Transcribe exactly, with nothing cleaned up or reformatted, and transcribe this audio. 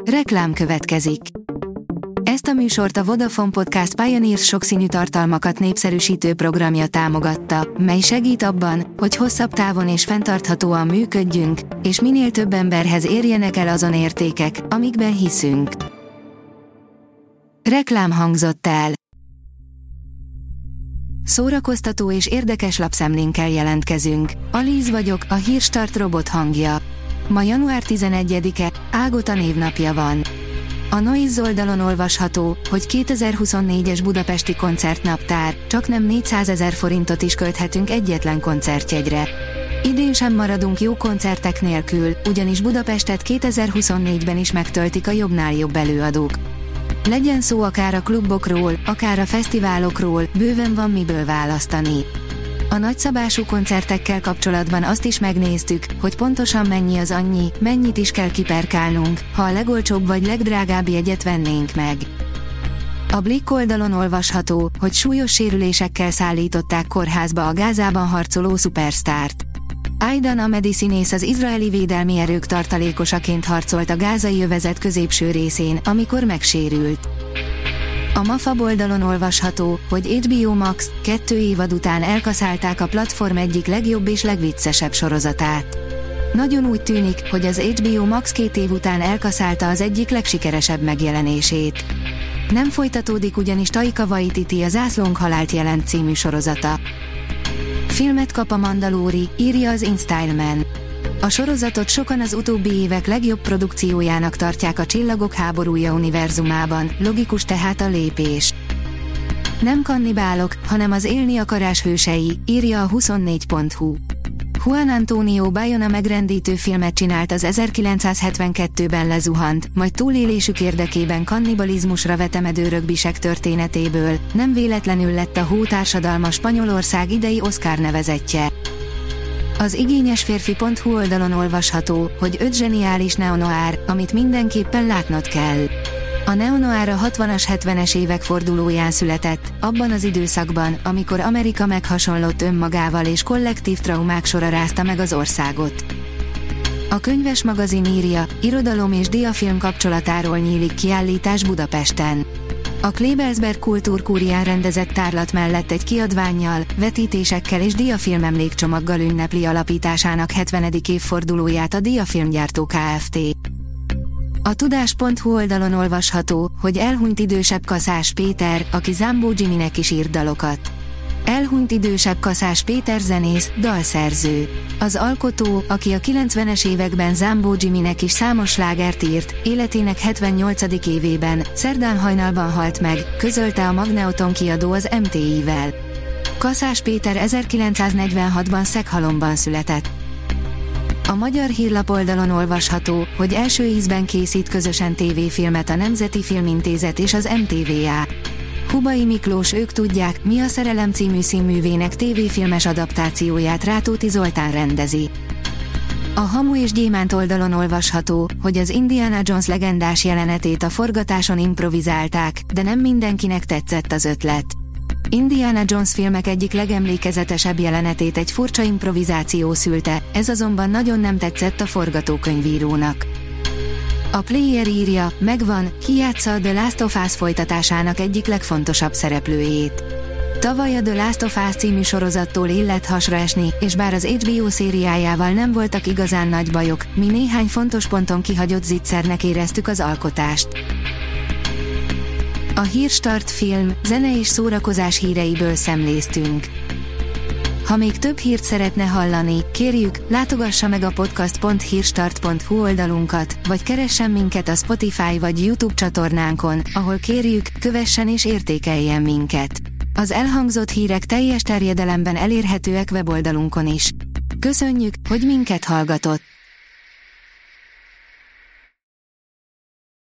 Reklám következik. Ezt a műsort a Vodafone Podcast Pioneers sokszínű tartalmakat népszerűsítő programja támogatta, mely segít abban, hogy hosszabb távon és fenntarthatóan működjünk, és minél több emberhez érjenek el azon értékek, amikben hiszünk. Reklám hangzott el. Szórakoztató és érdekes lapszemlénkkel jelentkezünk. Alíz vagyok, a Hírstart robot hangja. Ma január tizenegyedike, Ágota névnapja van. A Noise oldalon olvasható, hogy kétezer-huszonnégyes budapesti koncertnaptár, csaknem négyszázezer forintot is költhetünk egyetlen koncertjegyre. Idén sem maradunk jó koncertek nélkül, ugyanis Budapestet kétezer-huszonnégyben is megtöltik a jobbnál jobb előadók. Legyen szó akár a klubokról, akár a fesztiválokról, bőven van miből választani. A nagyszabású koncertekkel kapcsolatban azt is megnéztük, hogy pontosan mennyi az annyi, mennyit is kell kiperkálnunk, ha a legolcsóbb vagy legdrágább jegyet vennénk meg. A Blick oldalon olvasható, hogy súlyos sérülésekkel szállították kórházba a Gázában harcoló szupersztárt. Aidan Ahmedi színész az izraeli védelmi erők tartalékosaként harcolt a gázai övezet középső részén, amikor megsérült. A Mafab oldalon olvasható, hogy há bé o Max kettő évad után elkaszálták a platform egyik legjobb és legviccesebb sorozatát. Nagyon úgy tűnik, hogy az há bé o Max két év után elkaszálta az egyik legsikeresebb megjelenését. Nem folytatódik ugyanis Taika Waititi a Zászlónk halált jelent című sorozata. Filmet kap a Mandalori, írja az InStyleman. A sorozatot sokan az utóbbi évek legjobb produkciójának tartják a Csillagok háborúja univerzumában, logikus tehát a lépés. Nem kannibálok, hanem az élni akarás hősei, írja a huszonnégy pont hu. Juan Antonio Bayona megrendítő filmet csinált az ezerkilencszázhetvenkettőben lezuhant, majd túlélésük érdekében kannibalizmusra vetemedő rögbisek történetéből, nem véletlenül lett a Hó társadalma Spanyolország idei Oscar nevezettje. Az igényesférfi pont hu oldalon olvasható, hogy öt zseniális neonoár, amit mindenképpen látnod kell. A neonoár a hatvanas hetvenes évek fordulóján született, abban az időszakban, amikor Amerika meghasonlott önmagával és kollektív traumák sora rázta meg az országot. A Könyves magazin írja, irodalom és diafilm kapcsolatáról nyílik kiállítás Budapesten. A Klebelsberg Kultúrkúrián rendezett tárlat mellett egy kiadvánnyal, vetítésekkel és diafilm emlékcsomaggal ünnepli alapításának hetvenedik évfordulóját a Diafilmgyártó Kft. A tudás pont hu oldalon olvasható, hogy elhunyt idősebb Kaszás Péter, aki Zambó Jiminek is írt dalokat. Elhunyt idősebb Kaszás Péter zenész, dalszerző. Az alkotó, aki a kilencvenes években Zambó Jiminek is számos slágert írt, életének hetvennyolcadik évében, szerdán hajnalban halt meg, közölte a Magneoton kiadó az em té i-vel. Kaszás Péter ezerkilencszáznegyvenhatban Szeghalomban született. A Magyar Hírlap oldalon olvasható, hogy első ízben készít közösen tévéfilmet a Nemzeti Filmintézet és az em té vé á. Hubay Miklós Ők tudják, mi a Szerelem című színművének tévéfilmes adaptációját Rátóti Zoltán rendezi. A Hamu és Gyémánt oldalon olvasható, hogy az Indiana Jones legendás jelenetét a forgatáson improvizálták, de nem mindenkinek tetszett az ötlet. Indiana Jones filmek egyik legemlékezetesebb jelenetét egy furcsa improvizáció szülte, ez azonban nagyon nem tetszett a forgatókönyvírónak. A Player írja, megvan, ki játsza a The Last of Us folytatásának egyik legfontosabb szereplőjét. Tavaly a The Last of Us című sorozattól illet hasra esni, és bár az há bé o szériájával nem voltak igazán nagy bajok, mi néhány fontos ponton kihagyott zicsernek éreztük az alkotást. A Hírstart film, zene és szórakozás híreiből szemléztünk. Ha még több hírt szeretne hallani, kérjük, látogassa meg a podcast pont hírstart pont hu oldalunkat, vagy keressen minket a Spotify vagy YouTube csatornánkon, ahol kérjük, kövessen és értékeljen minket. Az elhangzott hírek teljes terjedelemben elérhetőek weboldalunkon is. Köszönjük, hogy minket hallgatott!